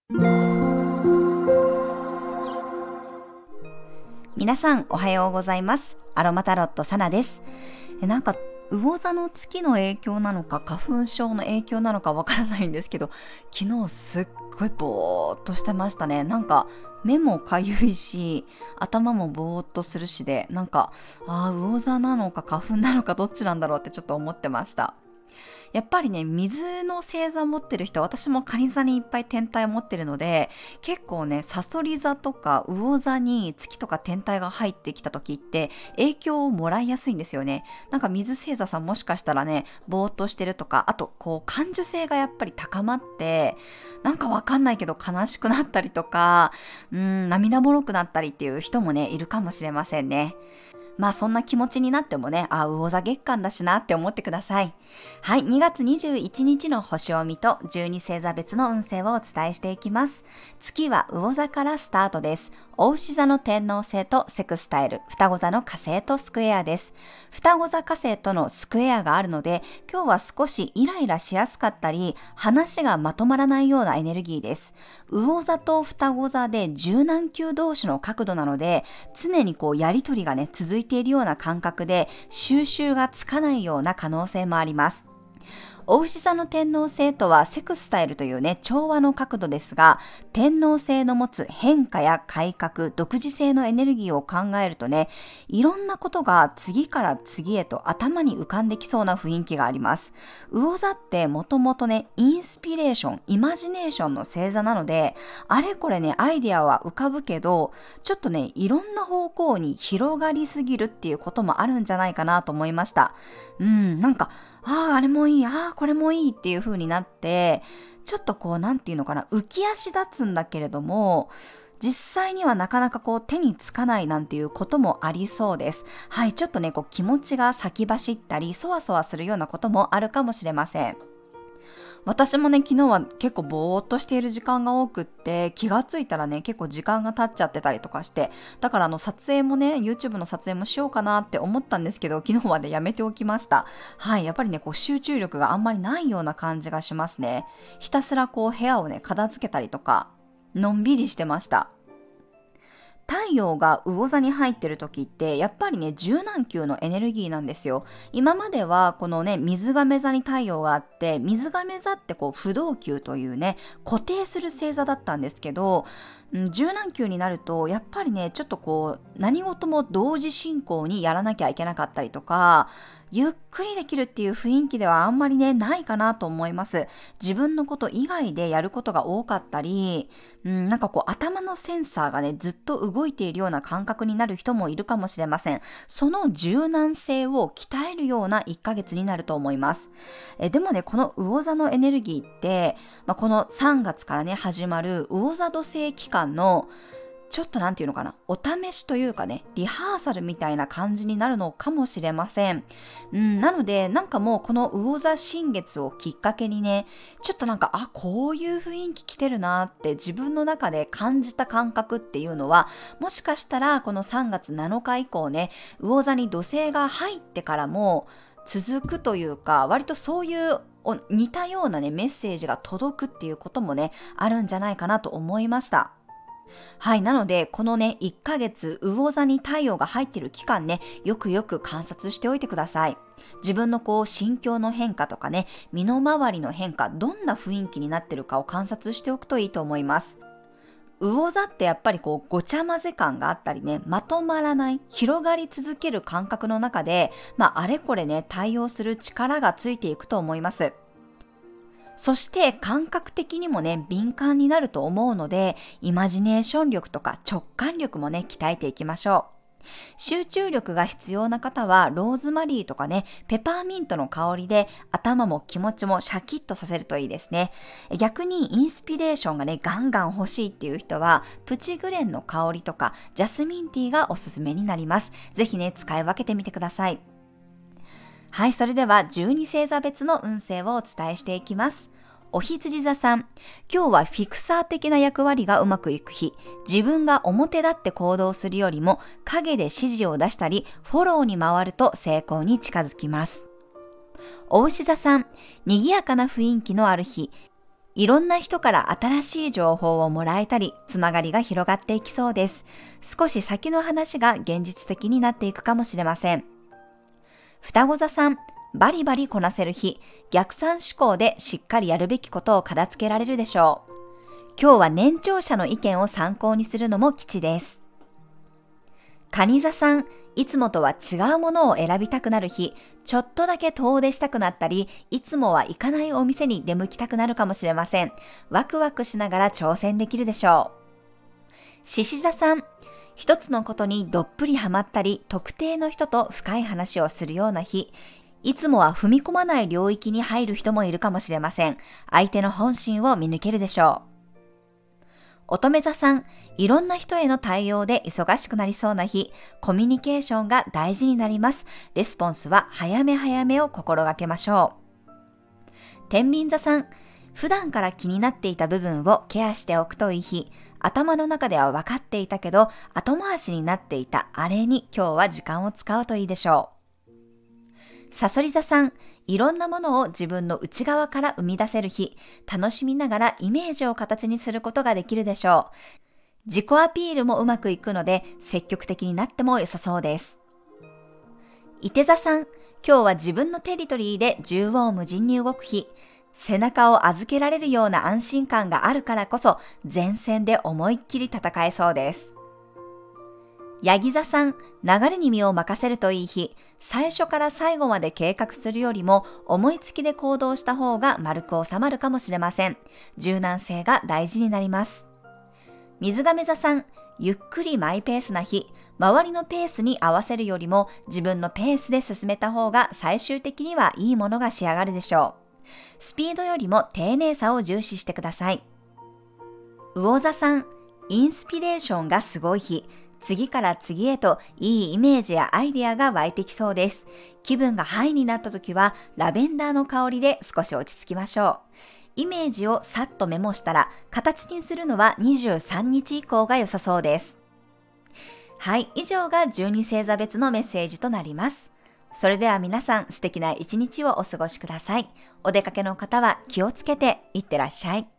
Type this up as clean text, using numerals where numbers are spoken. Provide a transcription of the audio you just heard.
皆さんおはようございます。アロマタロットサナです。魚座の月の影響なのか花粉症の影響なのかわからないんですけど、昨日すっごいぼーっとしてましたね。目もかゆいし頭もぼーっとするしで、魚座なのか花粉なのかどっちなんだろうってちょっと思ってました。やっぱりね、水の星座持ってる人、私も蟹座にいっぱい天体持ってるので、結構ね、さそり座とか魚座に月とか天体が入ってきた時って影響をもらいやすいんですよね。水星座さんもしかしたらね、ぼーっとしてるとか、あと感受性がやっぱり高まって、わかんないけど悲しくなったりとか、涙もろくなったりっていう人もね、いるかもしれませんね。そんな気持ちになってもね、魚座月間だしなって思ってください。はい、2月21日の星読みと12星座別の運勢をお伝えしていきます。月は魚座からスタートです。牡牛座の天王星とセクスタイル、双子座の火星とスクエアです。双子座火星とのスクエアがあるので、今日は少しイライラしやすかったり、話がまとまらないようなエネルギーです。魚座と双子座で柔軟球同士の角度なので、常にやりとりがね、続いているような感覚で、収集がつかないような可能性もあります。牡牛座の天王星とはセクスタイルというね、調和の角度ですが、天王星の持つ変化や改革、独自性のエネルギーを考えるとね、いろんなことが次から次へと頭に浮かんできそうな雰囲気があります。魚座ってもともとね、インスピレーション、イマジネーションの星座なので、あれこれね、アイデアは浮かぶけど、ちょっとね、いろんな方向に広がりすぎるっていうこともあるんじゃないかなと思いました。あれもいい、これもいいっていう風になって、ちょっと浮き足立つんだけれども、実際にはなかなか手につかないなんていうこともありそうです。はい、ちょっとね、気持ちが先走ったり、そわそわするようなこともあるかもしれません。私もね、昨日は結構ぼーっとしている時間が多くって、気がついたらね、結構時間が経っちゃってたりとかして、だから撮影もね、YouTube の撮影もしようかなって思ったんですけど、昨日はね、やめておきました。はい、やっぱりね、集中力があんまりないような感じがしますね。ひたすら部屋をね、片付けたりとか、のんびりしてました。太陽が魚座に入ってる時ってやっぱりね、柔軟球のエネルギーなんですよ。今まではこのね、水亀座に太陽があって、水亀座って不動球というね、固定する星座だったんですけど、柔軟球になるとやっぱりね、ちょっと何事も同時進行にやらなきゃいけなかったりとか、ゆっくりできるっていう雰囲気ではあんまりね、ないかなと思います。自分のこと以外でやることが多かったり、頭のセンサーがね、ずっと動いているような感覚になる人もいるかもしれません。その柔軟性を鍛えるような1ヶ月になると思います。でもね、この魚座のエネルギーって、この3月からね、始まる魚座土星期間のちょっとお試しというかね、リハーサルみたいな感じになるのかもしれません。なので、もうこの魚座新月をきっかけにね、ちょっとこういう雰囲気来てるなって自分の中で感じた感覚っていうのは、もしかしたらこの3月7日以降ね、魚座に土星が入ってからも続くというか、割とそういう似たようなね、メッセージが届くっていうこともね、あるんじゃないかなと思いました。はい。なので、このね、1ヶ月、魚座に太陽が入っている期間ね、よくよく観察しておいてください。自分の心境の変化とかね、身の回りの変化、どんな雰囲気になってるかを観察しておくといいと思います。魚座ってやっぱりごちゃ混ぜ感があったりね、まとまらない、広がり続ける感覚の中で、あれこれね、対応する力がついていくと思います。そして感覚的にもね、敏感になると思うので、イマジネーション力とか直感力もね、鍛えていきましょう。集中力が必要な方は、ローズマリーとかね、ペパーミントの香りで頭も気持ちもシャキッとさせるといいですね。逆にインスピレーションがね、ガンガン欲しいっていう人は、プチグレンの香りとかジャスミンティーがおすすめになります。ぜひね、使い分けてみてください。はい、それでは12星座別の運勢をお伝えしていきます。お羊座さん、今日はフィクサー的な役割がうまくいく日、自分が表立って行動するよりも陰で指示を出したりフォローに回ると成功に近づきます。お牛座さん、賑やかな雰囲気のある日、 いろんな人から新しい情報をもらえたり、つながりが広がっていきそうです。少し先の話が現実的になっていくかもしれません。双子座さん、バリバリこなせる日、逆算思考でしっかりやるべきことを片付けられるでしょう。今日は年長者の意見を参考にするのも吉です。蟹座さん、いつもとは違うものを選びたくなる日、ちょっとだけ遠出したくなったり、いつもは行かないお店に出向きたくなるかもしれません。ワクワクしながら挑戦できるでしょう。獅子座さん、一つのことにどっぷりハマったり、特定の人と深い話をするような日、いつもは踏み込まない領域に入る人もいるかもしれません。相手の本心を見抜けるでしょう。乙女座さん、いろんな人への対応で忙しくなりそうな日、コミュニケーションが大事になります。レスポンスは早め早めを心がけましょう。天秤座さん、普段から気になっていた部分をケアしておくといい日、頭の中では分かっていたけど、後回しになっていたあれに今日は時間を使うといいでしょう。蠍座さん、いろんなものを自分の内側から生み出せる日、楽しみながらイメージを形にすることができるでしょう。自己アピールもうまくいくので、積極的になっても良さそうです。射手座さん、今日は自分のテリトリーで縦横無尽に動く日、背中を預けられるような安心感があるからこそ、前線で思いっきり戦えそうです。ヤギ座さん、流れに身を任せるといい日、最初から最後まで計画するよりも思いつきで行動した方が丸く収まるかもしれません。柔軟性が大事になります。水亀座さん、ゆっくりマイペースな日、周りのペースに合わせるよりも自分のペースで進めた方が最終的にはいいものが仕上がるでしょう。スピードよりも丁寧さを重視してください。魚座さん、インスピレーションがすごい日、次から次へといいイメージやアイデアが湧いてきそうです。気分がハイになった時はラベンダーの香りで少し落ち着きましょう。イメージをさっとメモしたら形にするのは23日以降が良さそうです。はい、以上が12星座別のメッセージとなります。それでは皆さん素敵な一日をお過ごしください。お出かけの方は気をつけていってらっしゃい。